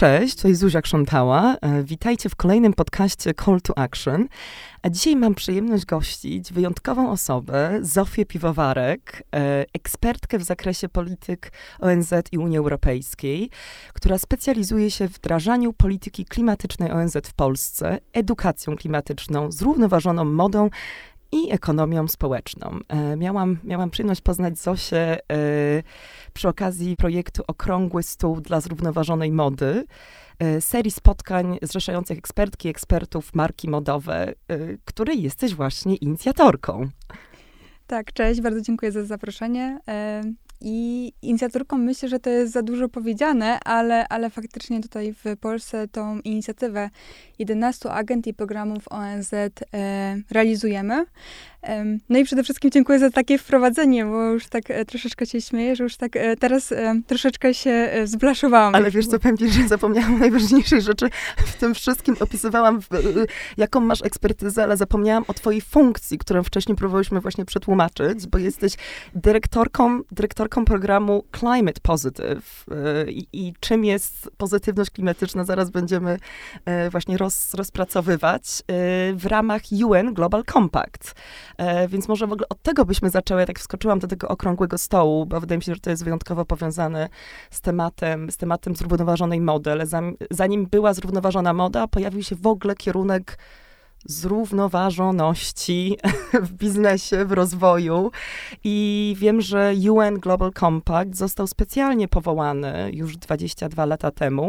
Cześć, tutaj Zuzia Krzątała. Witajcie w kolejnym podcaście Call to Action. A dzisiaj mam przyjemność gościć wyjątkową osobę, Zofię Piwowarek, ekspertkę w zakresie polityk ONZ i Unii Europejskiej, która specjalizuje się w wdrażaniu polityki klimatycznej ONZ w Polsce, edukacją klimatyczną, zrównoważoną modą i ekonomią społeczną. Miałam przyjemność poznać Zosię przy okazji projektu Okrągły Stół dla Zrównoważonej Mody, serii spotkań zrzeszających ekspertki i ekspertów marki modowe, której jesteś właśnie inicjatorką. Tak, cześć, bardzo dziękuję za zaproszenie. I inicjatorką myślę, że to jest za dużo powiedziane, ale faktycznie tutaj w Polsce tą inicjatywę 11 agend i programów ONZ realizujemy. No i przede wszystkim dziękuję za takie wprowadzenie, bo już tak troszeczkę się śmieję, że już tak teraz troszeczkę się zblaszowałam. Ale wiesz co, powiem ci, że zapomniałam najważniejszej rzeczy w tym wszystkim. Opisywałam, jaką masz ekspertyzę, ale zapomniałam o twojej funkcji, którą wcześniej próbowałyśmy właśnie przetłumaczyć, bo jesteś dyrektorką programu Climate Positive. I czym jest pozytywność klimatyczna, zaraz będziemy właśnie rozpracowywać w ramach UN Global Compact. Więc może w ogóle od tego byśmy zaczęły. Ja tak wskoczyłam do tego okrągłego stołu, bo wydaje mi się, że to jest wyjątkowo powiązane z tematem zrównoważonej mody, ale zanim była zrównoważona moda, pojawił się w ogóle kierunek zrównoważoności w biznesie, w rozwoju. I wiem, że UN Global Compact został specjalnie powołany już 22 lata temu,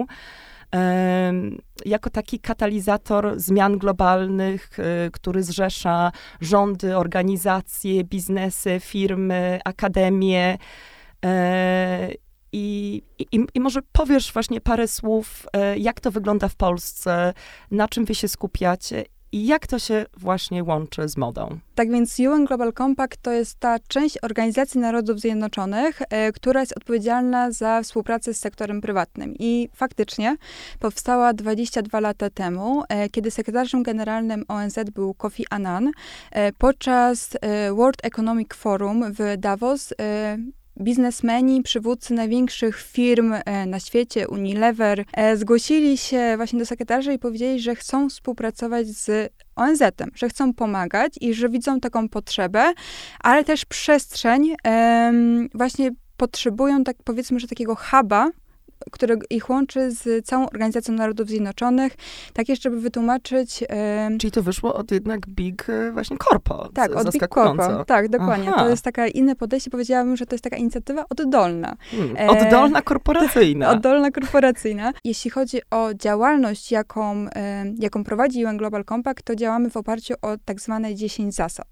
jako taki katalizator zmian globalnych, który zrzesza rządy, organizacje, biznesy, firmy, akademie. I może powiesz właśnie parę słów, jak to wygląda w Polsce, na czym wy się skupiacie i jak to się właśnie łączy z modą? Tak więc UN Global Compact to jest ta część Organizacji Narodów Zjednoczonych, która jest odpowiedzialna za współpracę z sektorem prywatnym. I faktycznie powstała 22 lata temu, kiedy sekretarzem generalnym ONZ był Kofi Annan. Podczas World Economic Forum w Davos biznesmeni, przywódcy największych firm na świecie, Unilever, zgłosili się właśnie do sekretarzy i powiedzieli, że chcą współpracować z ONZ-em, że chcą pomagać i że widzą taką potrzebę, ale też przestrzeń, właśnie potrzebują, tak powiedzmy, że takiego huba, który ich łączy z całą Organizacją Narodów Zjednoczonych, tak jeszcze, by wytłumaczyć... Czyli to wyszło od jednak Big właśnie Corpo. Tak, od Big Corpo. Tak, dokładnie. Aha. To jest takie inne podejście. Powiedziałabym, że to jest taka inicjatywa oddolna. Oddolna korporacyjna. Oddolna korporacyjna. Jeśli chodzi o działalność, jaką prowadzi UN Global Compact, to działamy w oparciu o tak zwane 10 zasad.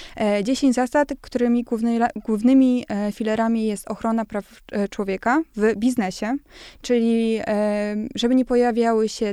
10 zasad, którymi głównymi filarami jest ochrona praw człowieka w biznesie, czyli żeby nie pojawiały się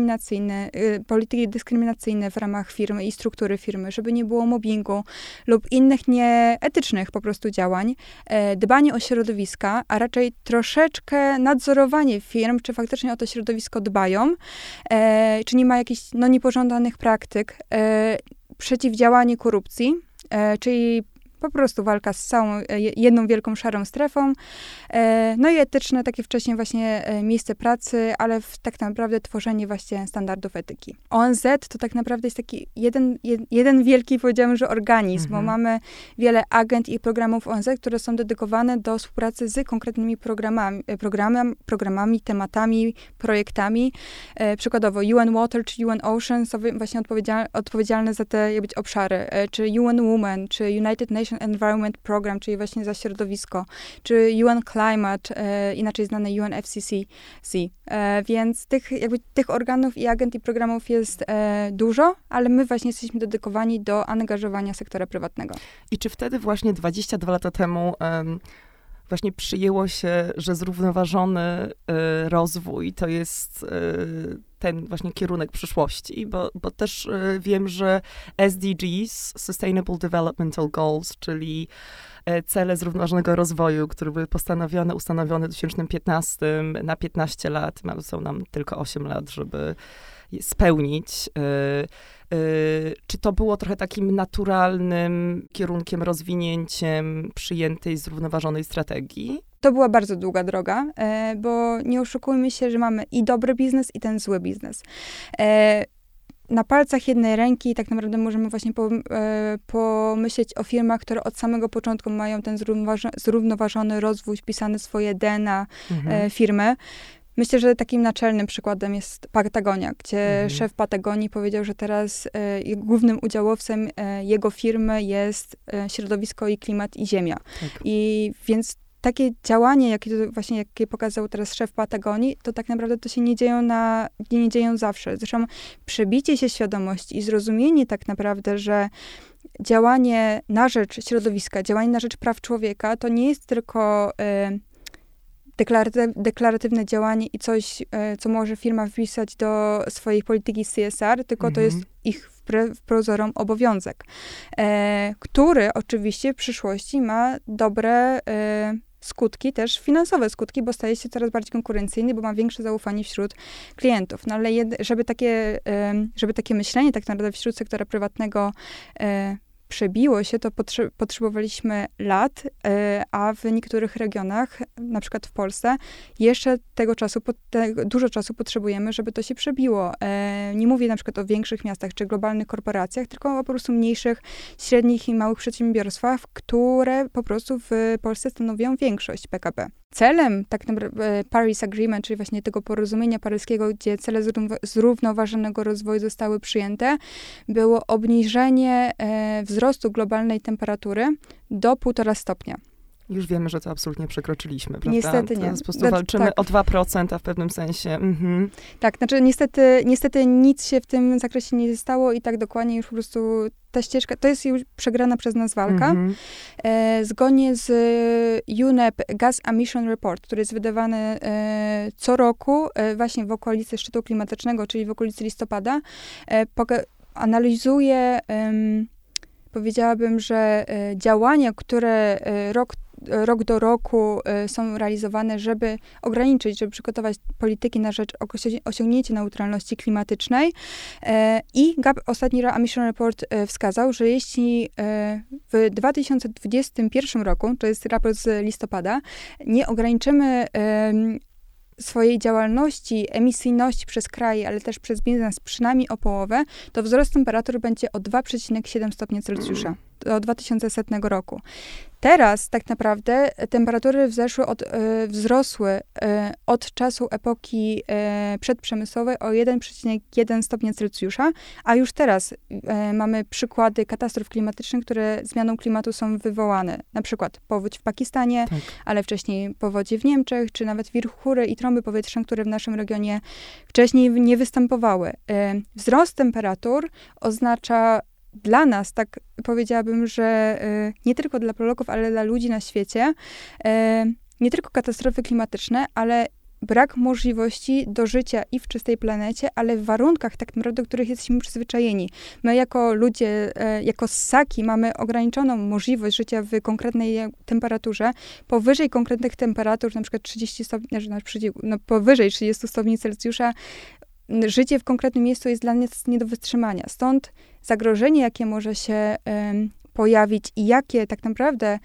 polityki dyskryminacyjne w ramach firmy i struktury firmy, żeby nie było mobbingu lub innych nieetycznych po prostu działań, dbanie o środowiska, a raczej troszeczkę nadzorowanie firm, czy faktycznie o to środowisko dbają, czy nie ma jakichś niepożądanych praktyk, przeciwdziałanie korupcji, czyli po prostu walka z całą jedną wielką szarą strefą. No i etyczne, takie wcześniej właśnie miejsce pracy, ale tak naprawdę tworzenie właśnie standardów etyki. ONZ to tak naprawdę jest taki jeden wielki, powiedziałabym, że organizm, bo mamy wiele agend i programów ONZ, które są dedykowane do współpracy z konkretnymi programami, tematami, projektami. Przykładowo UN Water czy UN Ocean są właśnie odpowiedzialne za te obszary, czy UN Women, czy United Nations Environment Program, czyli właśnie za środowisko, czy UN Climate, inaczej znane UNFCCC. Więc tych organów i agent i programów jest dużo, ale my właśnie jesteśmy dedykowani do angażowania sektora prywatnego. I czy wtedy właśnie 22 lata temu właśnie przyjęło się, że zrównoważony rozwój to jest ten właśnie kierunek przyszłości, bo też wiem, że SDGs, Sustainable Developmental Goals, czyli cele zrównoważonego rozwoju, które były ustanowione w 2015 na 15 lat, są nam tylko 8 lat, żeby je spełnić. Czy to było trochę takim naturalnym kierunkiem, rozwinięciem przyjętej, zrównoważonej strategii? to była bardzo długa droga, bo nie oszukujmy się, że mamy i dobry biznes, i ten zły biznes. Na palcach jednej ręki tak naprawdę możemy właśnie pomyśleć o firmach, które od samego początku mają ten zrównoważony rozwój, wpisane swoje DNA firmy. Myślę, że takim naczelnym przykładem jest Patagonia, gdzie szef Patagonii powiedział, że teraz głównym udziałowcem jego firmy jest środowisko i klimat i ziemia. Tak. I więc takie działanie, jakie pokazał teraz szef Patagonii, to tak naprawdę to się nie dzieją zawsze. Zresztą przebicie się świadomości i zrozumienie tak naprawdę, że działanie na rzecz środowiska, działanie na rzecz praw człowieka, to nie jest tylko deklaratywne działanie i coś, co może firma wpisać do swojej polityki CSR, tylko to jest ich wbrew pozorom obowiązek, który oczywiście w przyszłości ma dobre skutki, też finansowe skutki, bo staje się coraz bardziej konkurencyjny, bo ma większe zaufanie wśród klientów. No ale żeby takie myślenie tak naprawdę wśród sektora prywatnego przebiło się, to potrzebowaliśmy lat, a w niektórych regionach, na przykład w Polsce, jeszcze dużo czasu potrzebujemy, żeby to się przebiło. Nie mówię na przykład o większych miastach czy globalnych korporacjach, tylko o po prostu mniejszych, średnich i małych przedsiębiorstwach, które po prostu w Polsce stanowią większość PKB. Celem tak naprawdę Paris Agreement, czyli właśnie tego porozumienia paryskiego, gdzie cele zrównoważonego rozwoju zostały przyjęte, było obniżenie wzrostu globalnej temperatury do 1,5 stopnia. Już wiemy, że to absolutnie przekroczyliśmy, prawda? Niestety nie. Po prostu walczymy o 2%, a w pewnym sensie. Tak, znaczy niestety nic się w tym zakresie nie stało i tak dokładnie już po prostu ta ścieżka, to jest już przegrana przez nas walka. Zgodnie z UNEP Gas Emission Report, który jest wydawany co roku właśnie w okolicy szczytu klimatycznego, czyli w okolicy listopada, analizuje, powiedziałabym, że działania, które rok do roku są realizowane, żeby ograniczyć, żeby przygotować polityki na rzecz osiągnięcia neutralności klimatycznej. I ostatni Emission Report wskazał, że jeśli w 2021 roku, to jest raport z listopada, nie ograniczymy swojej działalności, emisyjności przez kraje, ale też przez biznes przynajmniej o połowę, to wzrost temperatury będzie o 2,7 stopnia Celsjusza do 2100 roku. Teraz tak naprawdę temperatury wzrosły od czasu epoki przedprzemysłowej o 1,1 stopnia Celsjusza, a już teraz mamy przykłady katastrof klimatycznych, które zmianą klimatu są wywołane. Na przykład powódź w Pakistanie, ale wcześniej powodzie w Niemczech, czy nawet wichury i trąby powietrzne, które w naszym regionie wcześniej nie występowały. Wzrost temperatur oznacza dla nas, tak powiedziałabym, że nie tylko dla Polaków, ale dla ludzi na świecie, nie tylko katastrofy klimatyczne, ale brak możliwości do życia i w czystej planecie, ale w warunkach tak naprawdę, do których jesteśmy przyzwyczajeni. My jako ludzie, jako ssaki mamy ograniczoną możliwość życia w konkretnej temperaturze. Powyżej konkretnych temperatur, na przykład 30 stopni, powyżej 30 stopni Celsjusza, życie w konkretnym miejscu jest dla nas nie do wytrzymania. Stąd zagrożenie, jakie może się pojawić i jakie tak naprawdę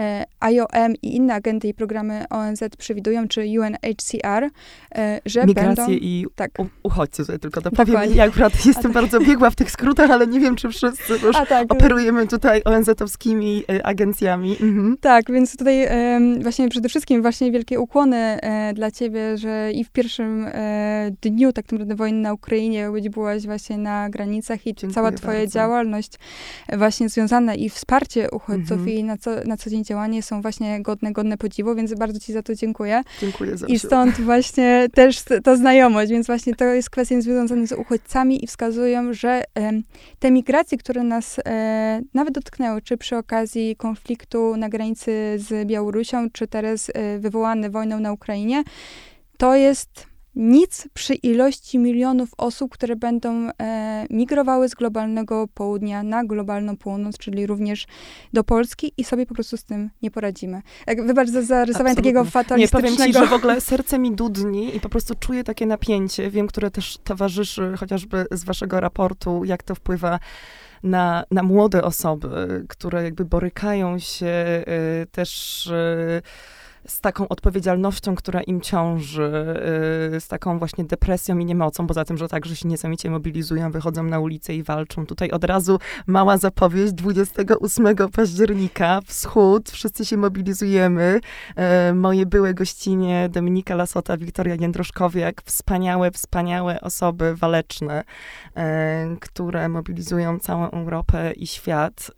IOM i inne agendy i programy ONZ przewidują, czy UNHCR, że migracje będą... i tak. Uchodźcy, tutaj tylko dopowiem. Ja akurat jestem bardzo biegła w tych skrótach, ale nie wiem, czy wszyscy już operujemy tutaj ONZ-owskimi agencjami. Tak, więc tutaj właśnie przede wszystkim właśnie wielkie ukłony dla ciebie, że i w pierwszym dniu tak naprawdę wojny na Ukrainie, gdzie byłaś właśnie na granicach i Dziękuję cała twoja bardzo. działalność właśnie związana i wsparcie uchodźców i na co dzień działanie są właśnie godne podziwu, więc bardzo ci za to dziękuję. Dziękuję za I stąd właśnie też ta znajomość, więc właśnie to jest kwestia związana z uchodźcami i wskazują, że te migracje, które nas nawet dotknęły, czy przy okazji konfliktu na granicy z Białorusią, czy teraz wywołane wojną na Ukrainie, to jest nic przy ilości milionów osób, które będą migrowały z globalnego południa na globalną północ, czyli również do Polski i sobie po prostu z tym nie poradzimy. Wybacz za zarysowanie takiego fatalistycznego... Nie, powiem ci, że w ogóle serce mi dudni i po prostu czuję takie napięcie. Wiem, które też towarzyszy chociażby z waszego raportu, jak to wpływa na młode osoby, które jakby borykają się też z taką odpowiedzialnością, która im ciąży, z taką właśnie depresją i niemocą, poza tym, że także się niesamowicie mobilizują, wychodzą na ulicę i walczą. Tutaj od razu mała zapowiedź, 28 października, wschód, wszyscy się mobilizujemy. Moje byłe gościnie, Dominika Lasota, Wiktoria Jędroszkowiak, wspaniałe osoby waleczne, które mobilizują całą Europę i świat,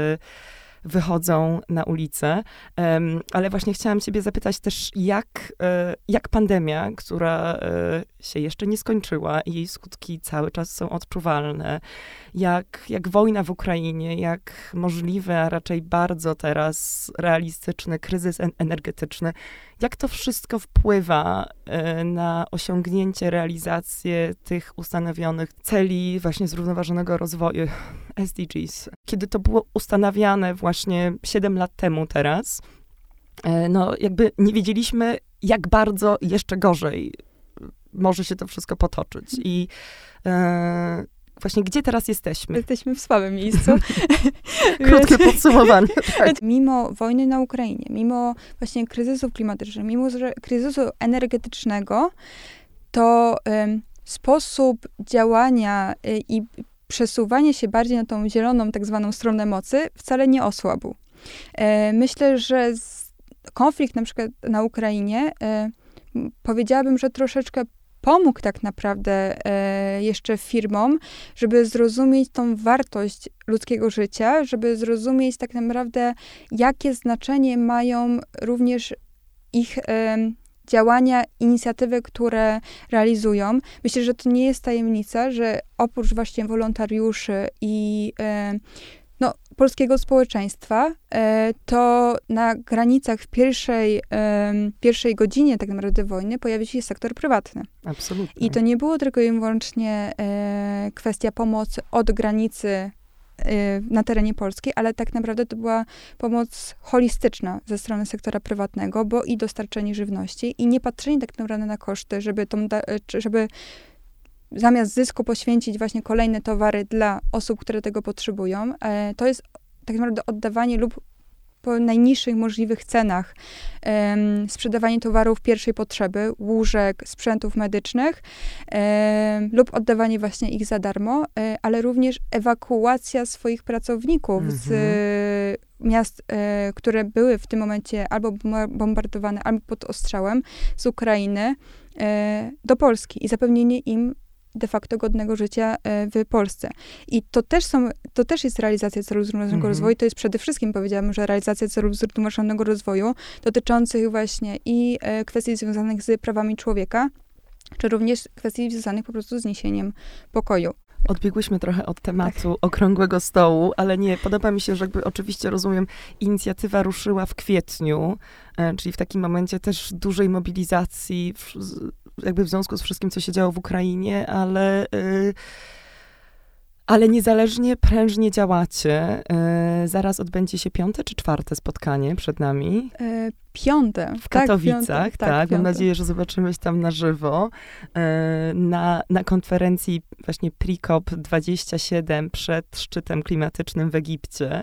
wychodzą na ulicę. Ale właśnie chciałam ciebie zapytać też, jak pandemia, która się jeszcze nie skończyła i jej skutki cały czas są odczuwalne, jak wojna w Ukrainie, jak możliwy, a raczej bardzo teraz realistyczny kryzys energetyczny, jak to wszystko wpływa na osiągnięcie, realizację tych ustanowionych celi właśnie zrównoważonego rozwoju, SDGs. Kiedy to było ustanawiane właśnie 7 lat temu teraz, no jakby nie wiedzieliśmy, jak bardzo jeszcze gorzej może się to wszystko potoczyć. I właśnie gdzie teraz jesteśmy? Jesteśmy w słabym miejscu. Krótkie podsumowanie. Tak. Mimo wojny na Ukrainie, mimo właśnie kryzysów klimatycznych, mimo kryzysu energetycznego, to sposób działania i przesuwanie się bardziej na tą zieloną, tak zwaną stronę mocy wcale nie osłabł. Myślę, że konflikt na przykład na Ukrainie, powiedziałabym, że troszeczkę pomógł tak naprawdę jeszcze firmom, żeby zrozumieć tą wartość ludzkiego życia, żeby zrozumieć tak naprawdę, jakie znaczenie mają również ich działania, inicjatywy, które realizują. Myślę, że to nie jest tajemnica, że oprócz właśnie wolontariuszy i polskiego społeczeństwa, to na granicach w pierwszej godzinie tak naprawdę wojny pojawił się sektor prywatny. Absolutnie. I to nie było tylko i wyłącznie kwestia pomocy od granicy na terenie Polski, ale tak naprawdę to była pomoc holistyczna ze strony sektora prywatnego, bo i dostarczenie żywności i nie patrzenie tak naprawdę na koszty, żeby zamiast zysku poświęcić właśnie kolejne towary dla osób, które tego potrzebują. To jest tak naprawdę oddawanie lub po najniższych możliwych cenach sprzedawanie towarów pierwszej potrzeby, łóżek, sprzętów medycznych lub oddawanie właśnie ich za darmo, ale również ewakuacja swoich pracowników z miast, które były w tym momencie albo bombardowane, albo pod ostrzałem z Ukrainy do Polski i zapewnienie im de facto godnego życia w Polsce. I to też jest realizacja celów zrównoważonego rozwoju. To jest przede wszystkim, powiedziałabym, że realizacja celów zrównoważonego rozwoju dotyczących właśnie i kwestii związanych z prawami człowieka, czy również kwestii związanych po prostu z niesieniem pokoju. Odbiegłyśmy trochę od tematu okrągłego stołu, ale nie, podoba mi się, że jakby oczywiście rozumiem, inicjatywa ruszyła w kwietniu, czyli w takim momencie też dużej mobilizacji, jakby w związku z wszystkim, co się działo w Ukrainie, ale niezależnie, prężnie działacie. Zaraz odbędzie się 5. czy 4. spotkanie przed nami? 5. W Katowicach, tak. Mam 5. nadzieję, że zobaczymy się tam na żywo. Na konferencji właśnie Pre-COP27 przed szczytem klimatycznym w Egipcie.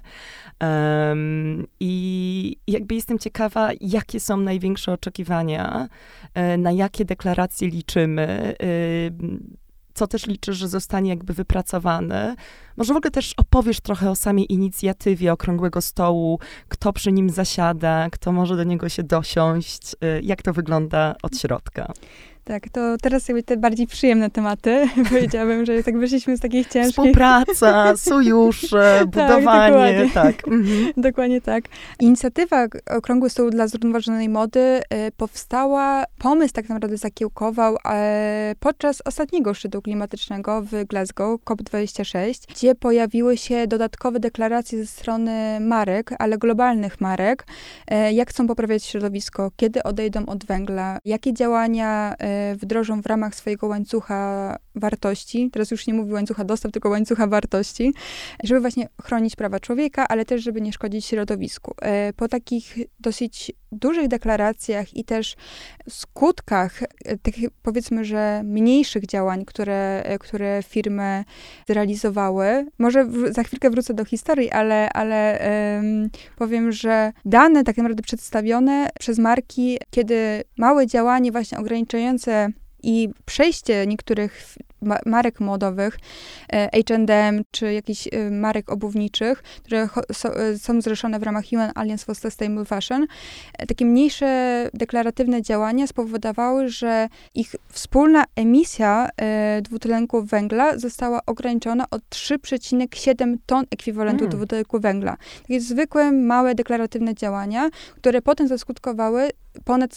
I jakby jestem ciekawa, jakie są największe oczekiwania, na jakie deklaracje liczymy, co też liczysz, że zostanie jakby wypracowane. Może w ogóle też opowiesz trochę o samej inicjatywie Okrągłego Stołu, kto przy nim zasiada, kto może do niego się dosiąść, jak to wygląda od środka. Tak, to teraz sobie te bardziej przyjemne tematy. Powiedziałabym, że tak wyszliśmy z takich ciężkich... Współpraca, sojusze, budowanie. Tak. Dokładnie tak. Inicjatywa Okrągły Stół dla Zrównoważonej Mody powstała, pomysł tak naprawdę zakiełkował podczas ostatniego szczytu klimatycznego w Glasgow, COP26, gdzie pojawiły się dodatkowe deklaracje ze strony marek, ale globalnych marek, jak chcą poprawiać środowisko, kiedy odejdą od węgla, jakie działania wdrożą w ramach swojego łańcucha wartości, teraz już nie mówię łańcucha dostaw, tylko łańcucha wartości, żeby właśnie chronić prawa człowieka, ale też, żeby nie szkodzić środowisku. Po takich dosyć dużych deklaracjach i też skutkach tych, powiedzmy, że mniejszych działań, które firmy zrealizowały. Może za chwilkę wrócę do historii, ale powiem, że dane tak naprawdę przedstawione przez marki, kiedy małe działanie właśnie ograniczające i przejście niektórych marek modowych, H&M czy jakichś marek obuwniczych, które są zrzeszone w ramach UN Alliance for Sustainable Fashion, takie mniejsze deklaratywne działania spowodowały, że ich wspólna emisja dwutlenku węgla została ograniczona o 3,7 ton ekwiwalentu dwutlenku węgla. Takie zwykłe, małe, deklaratywne działania, które potem zaskutkowały ponad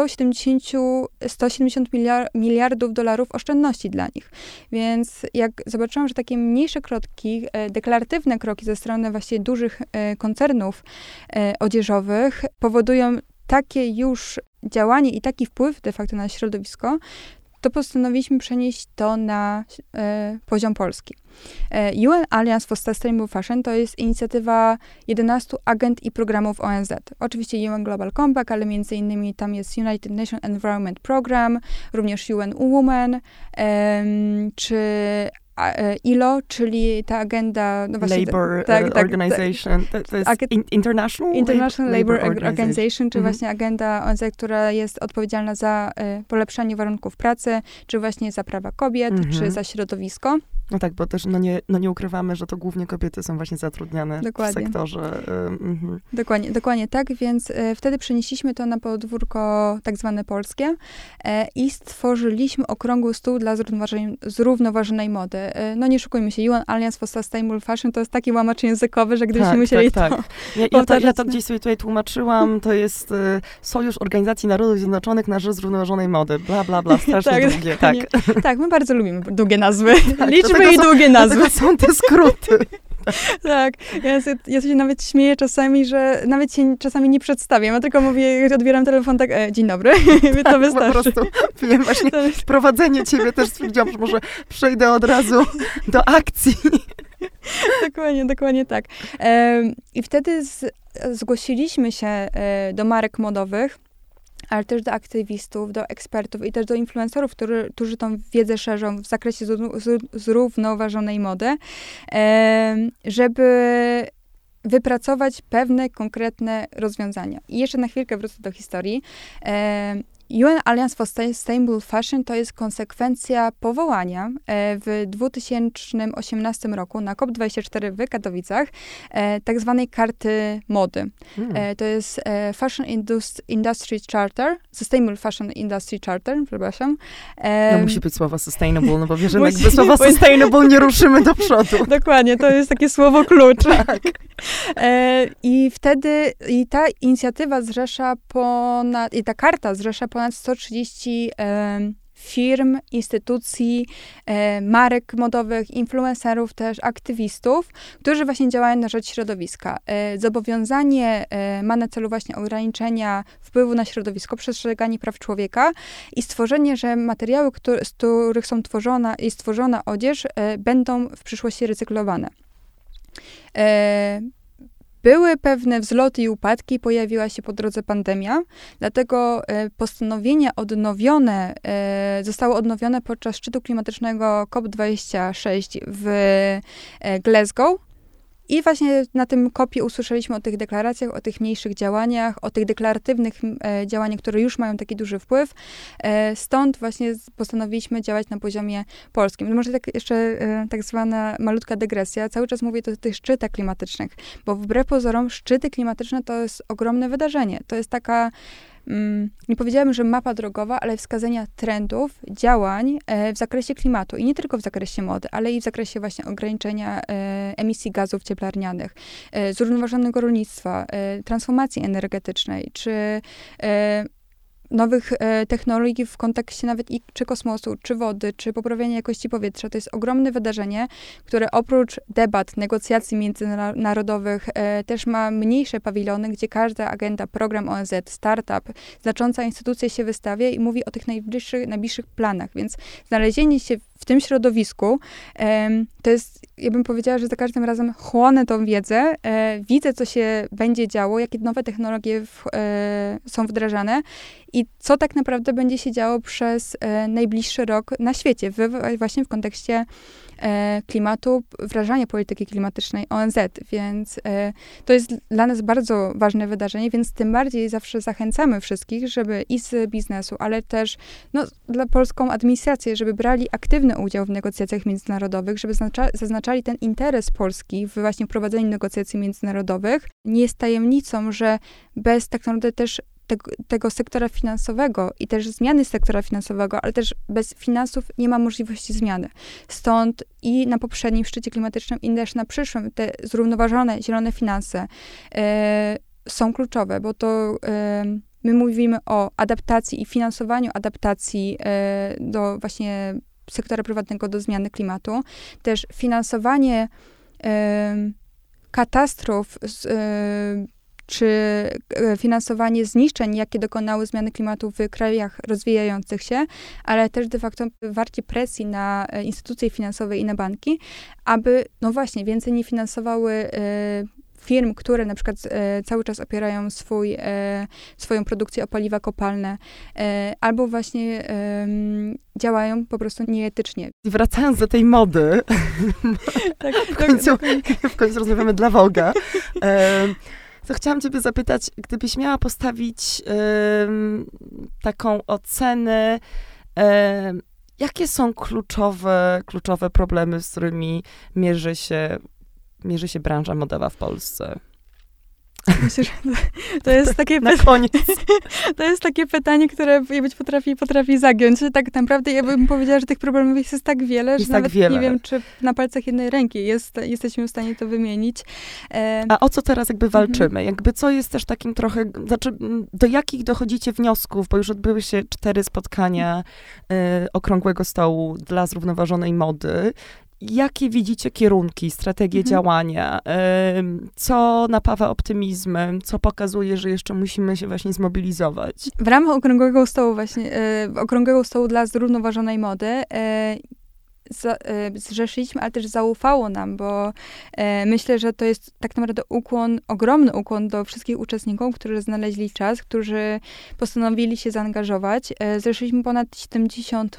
170 miliardów dolarów oszczędności dla nich. Więc jak zobaczyłam, że takie mniejsze kroki, deklaratywne kroki ze strony właśnie dużych koncernów odzieżowych powodują takie już działanie i taki wpływ de facto na środowisko, to postanowiliśmy przenieść to na poziom polski. UN Alliance for Sustainable Fashion to jest inicjatywa 11 agend i programów ONZ. Oczywiście UN Global Compact, ale między innymi tam jest United Nations Environment Program, również UN Women, czy ILO, czyli ta agenda... No właśnie, Labor Organization, to jest International Labor Organization, czy właśnie agenda ONZ, która jest odpowiedzialna za polepszanie warunków pracy, czy właśnie za prawa kobiet, czy za środowisko. No tak, bo też nie ukrywamy, że to głównie kobiety są właśnie zatrudniane w sektorze. Dokładnie tak, więc wtedy przenieśliśmy to na podwórko tak zwane polskie i stworzyliśmy okrągły stół dla zrównoważonej mody. No nie szukujmy się, UN Alliance for Sustainable Fashion to jest taki łamacz językowy, że gdybyśmy musieli to Ja to gdzieś sobie tutaj tłumaczyłam, to jest Sojusz Organizacji Narodów Zjednoczonych na rzecz zrównoważonej mody, bla, bla, bla, strasznie długie, tak. Tak, my bardzo lubimy długie nazwy. Liczby i długie nazwy. Są te skróty. Tak, ja się nawet śmieję czasami, że nawet się czasami nie przedstawiam, ja tylko mówię, odbieram telefon, tak, dzień dobry, to wystarczy. Po prostu, wiem, właśnie prowadzenie ciebie też stwierdziłam, że może przejdę od razu do akcji. Dokładnie tak. I wtedy zgłosiliśmy się do marek modowych, ale też do aktywistów, do ekspertów i też do influencerów, którzy tą wiedzę szerzą w zakresie zrównoważonej mody, żeby wypracować pewne konkretne rozwiązania. I jeszcze na chwilkę wrócę do historii. UN Alliance for Sustainable Fashion to jest konsekwencja powołania w 2018 roku na COP24 w Katowicach tak zwanej karty mody. To jest Fashion Industry Charter, Sustainable Fashion Industry Charter, przepraszam. No musi być słowo sustainable, no bo wiesz, że bez słowa sustainable nie ruszymy do przodu. Dokładnie, to jest takie słowo klucz. Tak. I wtedy ta inicjatywa zrzesza i ta karta zrzesza ponad 130 firm, instytucji, marek modowych, influencerów też, aktywistów, którzy właśnie działają na rzecz środowiska. Zobowiązanie ma na celu właśnie ograniczenia wpływu na środowisko, przestrzeganie praw człowieka i stworzenie, że materiały, z których jest tworzona odzież, będą w przyszłości recyklowane. Były pewne wzloty i upadki, pojawiła się po drodze pandemia, dlatego postanowienia zostały odnowione podczas szczytu klimatycznego COP26 w Glasgow. I właśnie na tym COP-ie usłyszeliśmy o tych deklaracjach, o tych mniejszych działaniach, o tych deklaratywnych działaniach, które już mają taki duży wpływ. Stąd właśnie postanowiliśmy działać na poziomie polskim. Może tak jeszcze tak zwana malutka dygresja. Cały czas mówię o tych szczytach klimatycznych, bo wbrew pozorom szczyty klimatyczne to jest ogromne wydarzenie. To jest taka nie powiedziałabym, że mapa drogowa, ale wskazania trendów, działań w zakresie klimatu i nie tylko w zakresie mody, ale i w zakresie właśnie ograniczenia emisji gazów cieplarnianych, zrównoważonego rolnictwa, transformacji energetycznej, czy nowych technologii w kontekście nawet czy kosmosu, czy wody, czy poprawiania jakości powietrza. To jest ogromne wydarzenie, które oprócz debat, negocjacji międzynarodowych też ma mniejsze pawilony, gdzie każda agenda, program ONZ, startup, znacząca instytucja się wystawia i mówi o tych najbliższych planach. Więc znalezienie się w tym środowisku, to jest, ja bym powiedziała, że za każdym razem chłonę tą wiedzę, widzę, co się będzie działo, jakie nowe technologie są wdrażane i co tak naprawdę będzie się działo przez najbliższy rok na świecie, właśnie w kontekście klimatu, wdrażania polityki klimatycznej ONZ, więc to jest dla nas bardzo ważne wydarzenie, więc tym bardziej zawsze zachęcamy wszystkich, żeby i z biznesu, ale też dla polską administrację, żeby brali aktywny udział w negocjacjach międzynarodowych, żeby zaznaczali ten interes Polski w właśnie prowadzeniu negocjacji międzynarodowych. Nie jest tajemnicą, że bez tak naprawdę też tego sektora finansowego i też zmiany sektora finansowego, ale też bez finansów nie ma możliwości zmiany. Stąd i na poprzednim szczycie klimatycznym, i też na przyszłym te zrównoważone, zielone finanse są kluczowe, bo to my mówimy o adaptacji i finansowaniu adaptacji do właśnie sektora prywatnego do zmiany klimatu. Też finansowanie katastrof czy finansowanie zniszczeń, jakie dokonały zmiany klimatu w krajach rozwijających się, ale też de facto wywarcie presji na instytucje finansowe i na banki, aby, właśnie, więcej nie finansowały firm, które na przykład cały czas opierają swoją produkcję o paliwa kopalne, albo właśnie działają po prostu nieetycznie. I wracając do tej mody, tak, w końcu rozmawiamy dla Vogue'a, to chciałam ciebie zapytać, gdybyś miała postawić taką ocenę, jakie są kluczowe problemy, z którymi mierzy się branża modowa w Polsce? Myślę, że to jest takie na koniec. To jest takie pytanie, które potrafi zagiąć. Tak naprawdę ja bym powiedziała, że tych problemów jest tak wiele, że nawet nie wiem, czy na palcach jednej ręki jesteśmy w stanie to wymienić. A o co teraz jakby walczymy? Jakby co jest też takim trochę, do jakich dochodzicie wniosków, bo już odbyły się 4 spotkania okrągłego stołu dla zrównoważonej mody. Jakie widzicie kierunki, strategie działania? Co napawa optymizmem? Co pokazuje, że jeszcze musimy się właśnie zmobilizować? W ramach okrągłego stołu dla zrównoważonej mody zrzeszyliśmy, ale też zaufało nam, bo myślę, że to jest tak naprawdę ogromny ukłon do wszystkich uczestników, którzy znaleźli czas, którzy postanowili się zaangażować. Zrzeszyliśmy ponad 70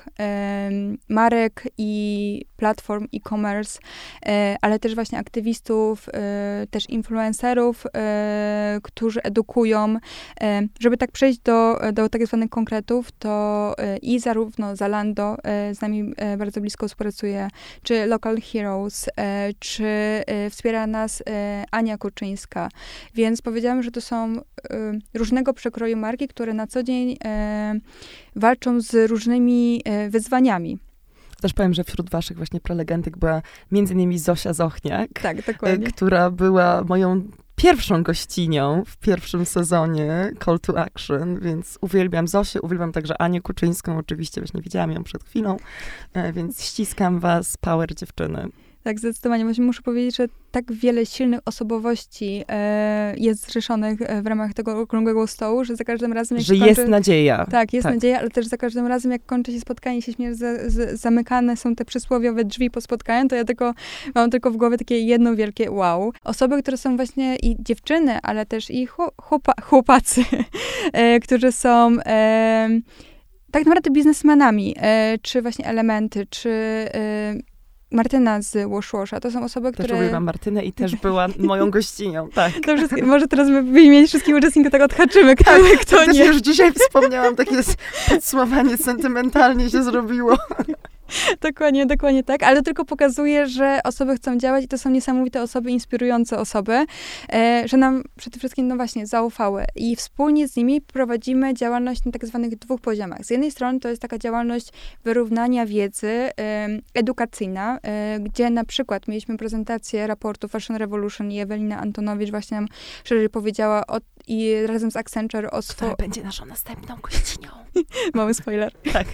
marek i platform e-commerce, ale też właśnie aktywistów, też influencerów, którzy edukują. Żeby tak przejść do tak zwanych konkretów, to i zarówno Zalando z nami bardzo blisko współpracuje, czy Local Heroes, czy wspiera nas Ania Kurczyńska. Więc powiedziałam, że to są różnego przekroju marki, które na co dzień walczą z różnymi wyzwaniami. Też powiem, że wśród waszych właśnie prelegentek była między innymi Zosia Zochniak, tak, dokładnie, która była moją pierwszą gościnią w pierwszym sezonie Call to Action, więc uwielbiam Zosię, uwielbiam także Anię Kuczyńską, oczywiście właśnie widziałam ją przed chwilą, więc ściskam was, power dziewczyny. Tak, zdecydowanie. Właśnie muszę powiedzieć, że tak wiele silnych osobowości jest zrzeszonych w ramach tego okrągłego stołu, że za każdym razem... jest nadzieja. Tak, jest nadzieja, ale też za każdym razem, jak kończy się spotkanie, się śmieję, zamykane są te przysłowiowe drzwi po spotkaniu, to ja mam tylko w głowie takie jedno wielkie wow. Osoby, które są właśnie i dziewczyny, ale też i chłopacy, którzy są... tak naprawdę biznesmenami, czy właśnie Elementy, czy... Martyna z Washwasha, to są osoby, które... Też uwielbiam Martynę i też była moją gościnią, tak. Może teraz wymienić wszystkich uczestników, tak odhaczymy, kto nie. Też już dzisiaj wspomniałam, takie podsumowanie sentymentalnie się zrobiło. Dokładnie tak, ale to tylko pokazuje, że osoby chcą działać i to są niesamowite osoby, inspirujące osoby, że nam przede wszystkim, właśnie, zaufały. I wspólnie z nimi prowadzimy działalność na tak zwanych 2 poziomach. Z jednej strony to jest taka działalność wyrównania wiedzy edukacyjna, gdzie na przykład mieliśmy prezentację raportu Fashion Revolution i Ewelina Antonowicz właśnie nam szerzej powiedziała i razem z Accenture która będzie naszą następną gościnią. Mały spoiler. Tak.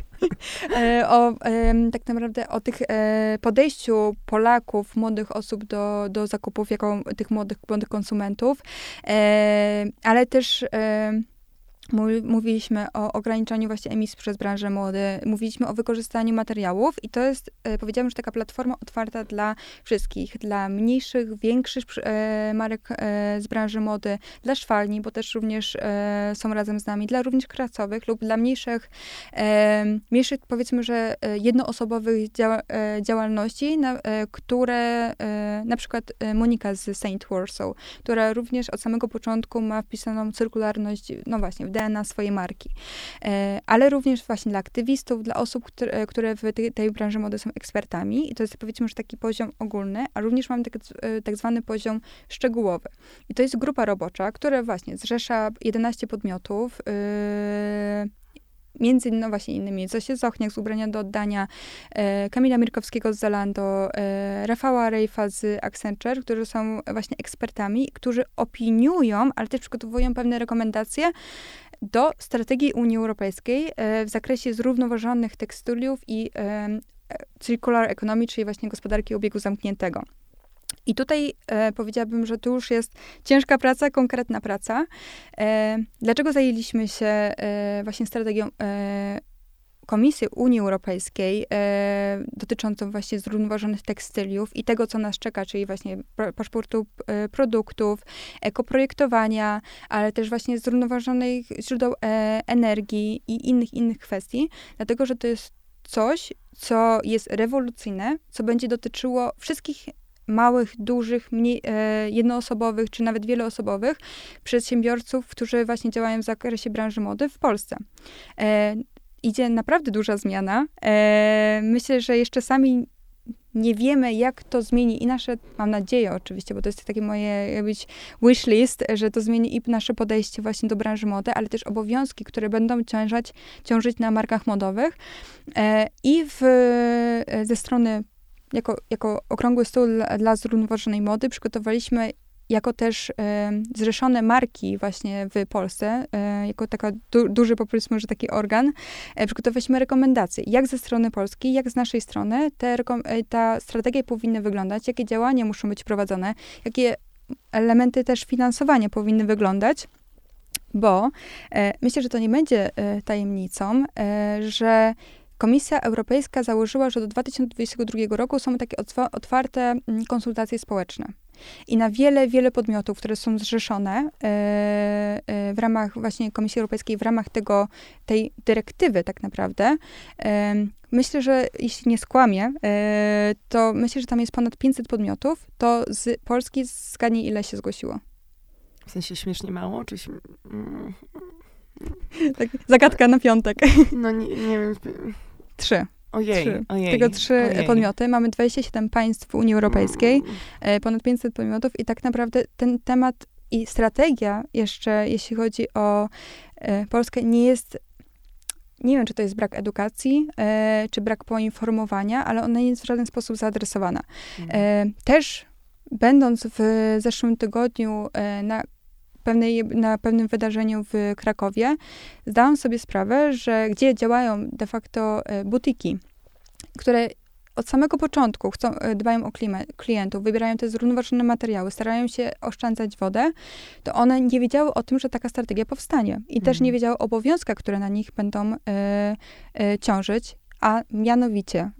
Tak naprawdę o tych podejściu Polaków, młodych osób do zakupów jako tych młodych konsumentów, ale też Mówiliśmy o ograniczaniu właśnie emisji przez branżę mody, mówiliśmy o wykorzystaniu materiałów i to jest, powiedziałabym, że taka platforma otwarta dla wszystkich, dla mniejszych, większych marek z branży mody, dla szwalni, bo też również są razem z nami, dla również kracowych lub dla mniejszych powiedzmy, że jednoosobowych działalności, które na przykład Monika z Saint Warsaw, która również od samego początku ma wpisaną cyrkularność, no właśnie, w DNA swojej marki. Ale również właśnie dla aktywistów, dla osób, które w tej branży mody są ekspertami. I to jest, powiedzmy, że taki poziom ogólny, a również mamy tak zwany poziom szczegółowy. I to jest grupa robocza, która właśnie zrzesza 11 podmiotów, między innymi Zosię Zochniak z Ubrania do Oddania, Kamila Mirkowskiego z Zalando, Rafała Rejfa z Accenture, którzy są właśnie ekspertami, którzy opiniują, ale też przygotowują pewne rekomendacje do strategii Unii Europejskiej w zakresie zrównoważonych tekstyliów i circular economy, czyli właśnie gospodarki obiegu zamkniętego. I tutaj powiedziałabym, że tu już jest ciężka praca, konkretna praca. Dlaczego zajęliśmy się właśnie strategią Komisji Unii Europejskiej dotyczącą właśnie zrównoważonych tekstyliów i tego, co nas czeka, czyli właśnie paszportu produktów, ekoprojektowania, ale też właśnie zrównoważonych źródeł energii i innych kwestii, dlatego, że to jest coś, co jest rewolucyjne, co będzie dotyczyło wszystkich małych, dużych, jednoosobowych, czy nawet wieloosobowych przedsiębiorców, którzy właśnie działają w zakresie branży mody w Polsce. Idzie naprawdę duża zmiana. Myślę, że jeszcze sami nie wiemy, jak to zmieni i nasze, mam nadzieję oczywiście, bo to jest takie moje wish list, że to zmieni i nasze podejście właśnie do branży mody, ale też obowiązki, które będą ciążyć na markach modowych. I ze strony jako okrągły stół dla zrównoważonej mody przygotowaliśmy jako też zrzeszone marki właśnie w Polsce, jako taka duży, powiedzmy, że taki organ, przygotowaliśmy rekomendacje, jak ze strony polskiej, jak z naszej strony ta strategia powinna wyglądać, jakie działania muszą być prowadzone, jakie elementy też finansowania powinny wyglądać, bo myślę, że to nie będzie tajemnicą, że Komisja Europejska założyła, że do 2022 roku są takie otwarte konsultacje społeczne. I na wiele podmiotów, które są zrzeszone w ramach właśnie Komisji Europejskiej, w ramach tej dyrektywy tak naprawdę, myślę, że jeśli nie skłamię, to myślę, że tam jest ponad 500 podmiotów, to z Polski zgadnij, ile się zgłosiło. W sensie śmiesznie mało? Czy tak, zagadka na piątek. No nie wiem. 3. Ojej. Z tego 3 podmioty. Mamy 27 państw w Unii Europejskiej, ponad 500 podmiotów i tak naprawdę ten temat i strategia jeszcze, jeśli chodzi o Polskę, nie wiem, czy to jest brak edukacji, czy brak poinformowania, ale ona nie jest w żaden sposób zaadresowana. Też będąc w zeszłym tygodniu na pewnym wydarzeniu w Krakowie, zdałam sobie sprawę, że gdzie działają de facto butiki, które od samego początku dbają o klientów, wybierają te zrównoważone materiały, starają się oszczędzać wodę, to one nie wiedziały o tym, że taka strategia powstanie. I też nie wiedziały o obowiązkach, które na nich będą ciążyć, a mianowicie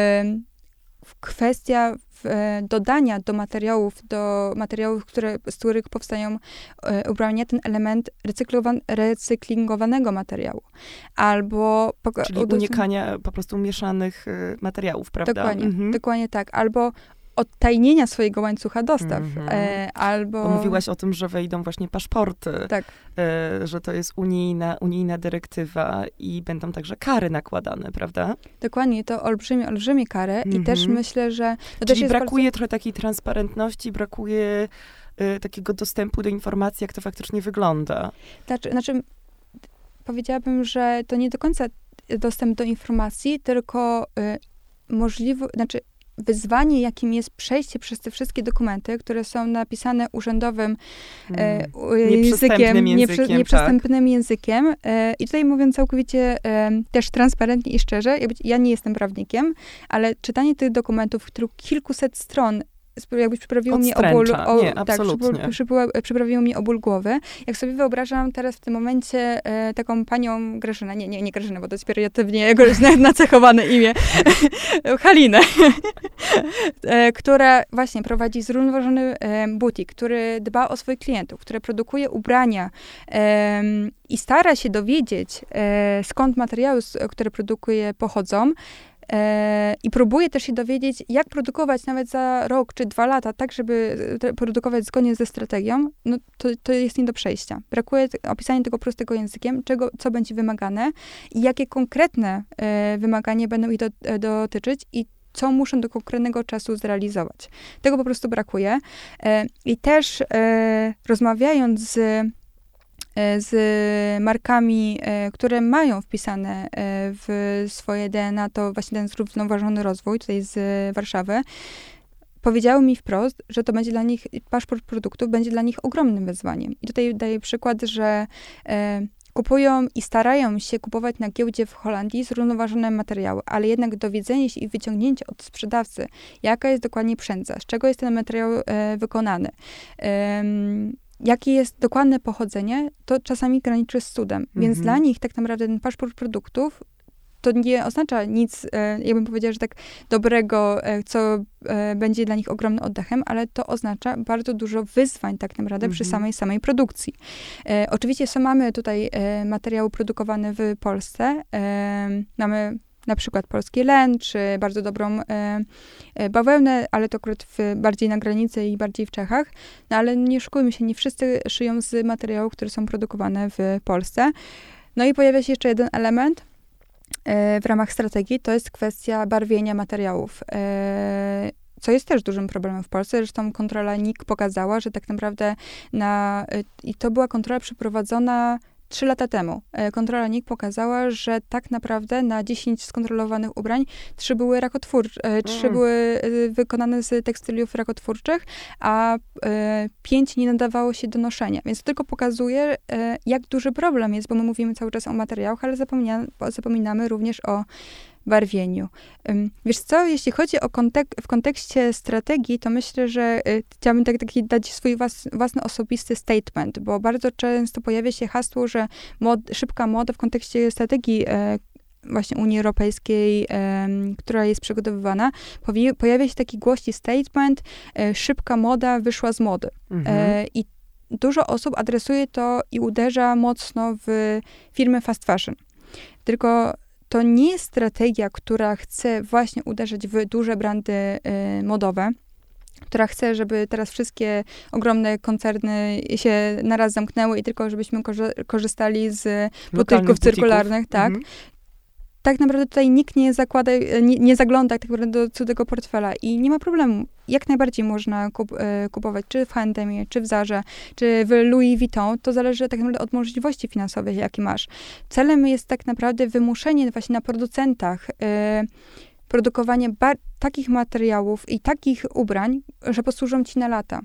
kwestia dodania do materiałów, z których powstają ubrania, ten element recyklingowanego materiału. Albo... Czyli unikania po prostu mieszanych materiałów, prawda? Dokładnie tak. Albo odtajnienia swojego łańcucha dostaw. Albo... Bo mówiłaś o tym, że wejdą właśnie paszporty. Tak. Że to jest unijna dyrektywa i będą także kary nakładane, prawda? Dokładnie, to olbrzymie kary i też myślę, że... Czyli brakuje trochę takiej transparentności, brakuje takiego dostępu do informacji, jak to faktycznie wygląda. Znaczy, powiedziałabym, że to nie do końca dostęp do informacji, tylko wyzwanie, jakim jest przejście przez te wszystkie dokumenty, które są napisane urzędowym nieprzystępnym językiem. I tutaj mówię całkowicie też transparentnie i szczerze, ja nie jestem prawnikiem, ale czytanie tych dokumentów, w których kilkuset stron jakby przyprawiło mnie przyprawiło mnie o ból głowy. Jak sobie wyobrażam teraz w tym momencie taką panią Grażynę, nie Grażynę, bo to jest pejoratywnie jego nacechowane imię, Halinę, która właśnie prowadzi zrównoważony butik, który dba o swoich klientów, który produkuje ubrania i stara się dowiedzieć, skąd materiały, które produkuje, pochodzą. I próbuję też się dowiedzieć, jak produkować nawet za rok czy 2 lata, tak, żeby produkować zgodnie ze strategią, no to jest nie do przejścia. Brakuje opisania tego prostego językiem, co będzie wymagane i jakie konkretne wymagania będą ich dotyczyć i co muszą do konkretnego czasu zrealizować. Tego po prostu brakuje. I też rozmawiając z markami, które mają wpisane w swoje DNA, to właśnie ten zrównoważony rozwój tutaj z Warszawy, powiedziały mi wprost, że to będzie dla nich, paszport produktów będzie dla nich ogromnym wyzwaniem. I tutaj daję przykład, że kupują i starają się kupować na giełdzie w Holandii zrównoważone materiały, ale jednak dowiedzenie się i wyciągnięcie od sprzedawcy, jaka jest dokładnie przędza, z czego jest ten materiał wykonany, jakie jest dokładne pochodzenie, to czasami graniczy z cudem. Więc dla nich tak naprawdę ten paszport produktów to nie oznacza nic, ja bym powiedziała, że tak dobrego, co będzie dla nich ogromnym oddechem, ale to oznacza bardzo dużo wyzwań tak naprawdę przy samej produkcji. Oczywiście mamy tutaj materiały produkowane w Polsce. Mamy na przykład polski len, czy bardzo dobrą bawełnę, ale to akurat bardziej na granicy i bardziej w Czechach. No ale nie oszukujmy się, nie wszyscy szyją z materiałów, które są produkowane w Polsce. No i pojawia się jeszcze jeden element w ramach strategii, to jest kwestia barwienia materiałów. Co jest też dużym problemem w Polsce. Zresztą kontrola NIK pokazała, że tak naprawdę i to była kontrola przeprowadzona 3 lata temu. Kontrola NIK pokazała, że tak naprawdę na 10 skontrolowanych ubrań 3 były były wykonane z tekstyliów rakotwórczych, a 5 nie nadawało się do noszenia. Więc to tylko pokazuje, jak duży problem jest, bo my mówimy cały czas o materiałach, ale zapominamy również o barwieniu. Wiesz co, jeśli chodzi o w kontekście strategii, to myślę, że chciałabym taki dać swój własny osobisty statement, bo bardzo często pojawia się hasło, że szybka moda w kontekście strategii właśnie Unii Europejskiej, która jest przygotowywana, pojawia się taki głośny statement, szybka moda wyszła z mody. I dużo osób adresuje to i uderza mocno w firmy fast fashion. Tylko to nie jest strategia, która chce właśnie uderzać w duże brandy modowe, która chce, żeby teraz wszystkie ogromne koncerny się naraz zamknęły i tylko żebyśmy korzystali z butyków cyrkularnych, tak. Tak naprawdę tutaj nikt nie zagląda tak naprawdę do cudzego portfela i nie ma problemu. Jak najbardziej można kupować, czy w H&M, czy w Zarze, czy w Louis Vuitton. To zależy tak naprawdę od możliwości finansowych, jakie masz. Celem jest tak naprawdę wymuszenie właśnie na producentach produkowanie takich materiałów i takich ubrań, że posłużą ci na lata.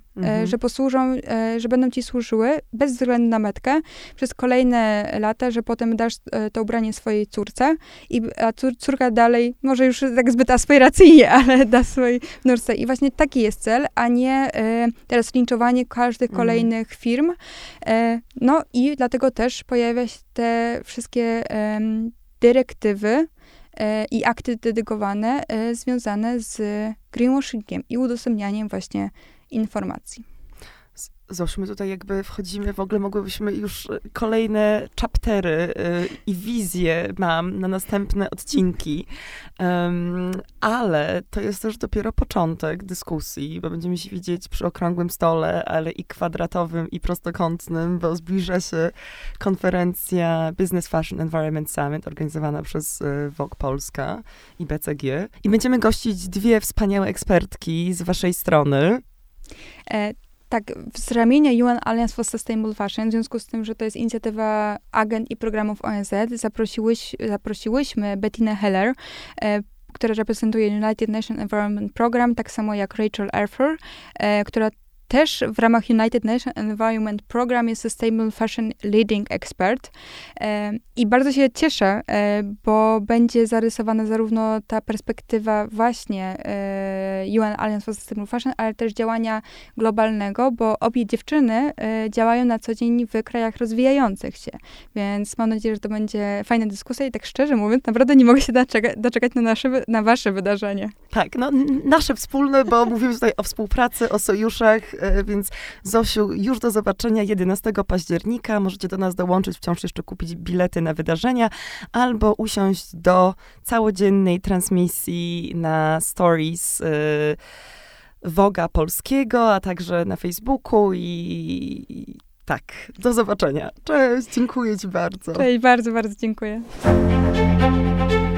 Że będą ci służyły bez względu na metkę przez kolejne lata, że potem dasz to ubranie swojej córce, a córka dalej, może już tak zbyt aspiracyjnie, ale da swojej wnuczce. I właśnie taki jest cel, a nie teraz linczowanie każdych kolejnych firm. No i dlatego też pojawia się te wszystkie dyrektywy i akty dedykowane związane z greenwashingiem i udostępnianiem właśnie informacji. Zosiu, my tutaj jakby wchodzimy, w ogóle mogłybyśmy już kolejne chaptery i wizje mam na następne odcinki, ale to jest też dopiero początek dyskusji, bo będziemy się widzieć przy okrągłym stole, ale i kwadratowym, i prostokątnym, bo zbliża się konferencja Business Fashion Environment Summit organizowana przez Vogue Polska i BCG. I będziemy gościć 2 wspaniałe ekspertki z waszej strony. Tak, z ramienia UN Alliance for Sustainable Fashion, w związku z tym, że to jest inicjatywa agent i programów ONZ, zaprosiłyśmy Bettinę Heller, która reprezentuje United Nations Environment Program, tak samo jak Rachel Arthur, która też w ramach United Nations Environment Program jest Sustainable Fashion Leading Expert. I bardzo się cieszę, bo będzie zarysowana zarówno ta perspektywa właśnie UN Alliance for Sustainable Fashion, ale też działania globalnego, bo obie dziewczyny działają na co dzień w krajach rozwijających się. Więc mam nadzieję, że to będzie fajna dyskusja i tak szczerze mówiąc, naprawdę nie mogę się doczekać na wasze wydarzenie. Tak, no nasze wspólne, bo mówimy tutaj o współpracy, o sojuszach, więc Zosiu, już do zobaczenia 11 października. Możecie do nas dołączyć, wciąż jeszcze kupić bilety na wydarzenia, albo usiąść do całodziennej transmisji na stories Vogue'a polskiego, a także na Facebooku i tak, do zobaczenia. Cześć, dziękuję ci bardzo. Cześć, bardzo, bardzo dziękuję.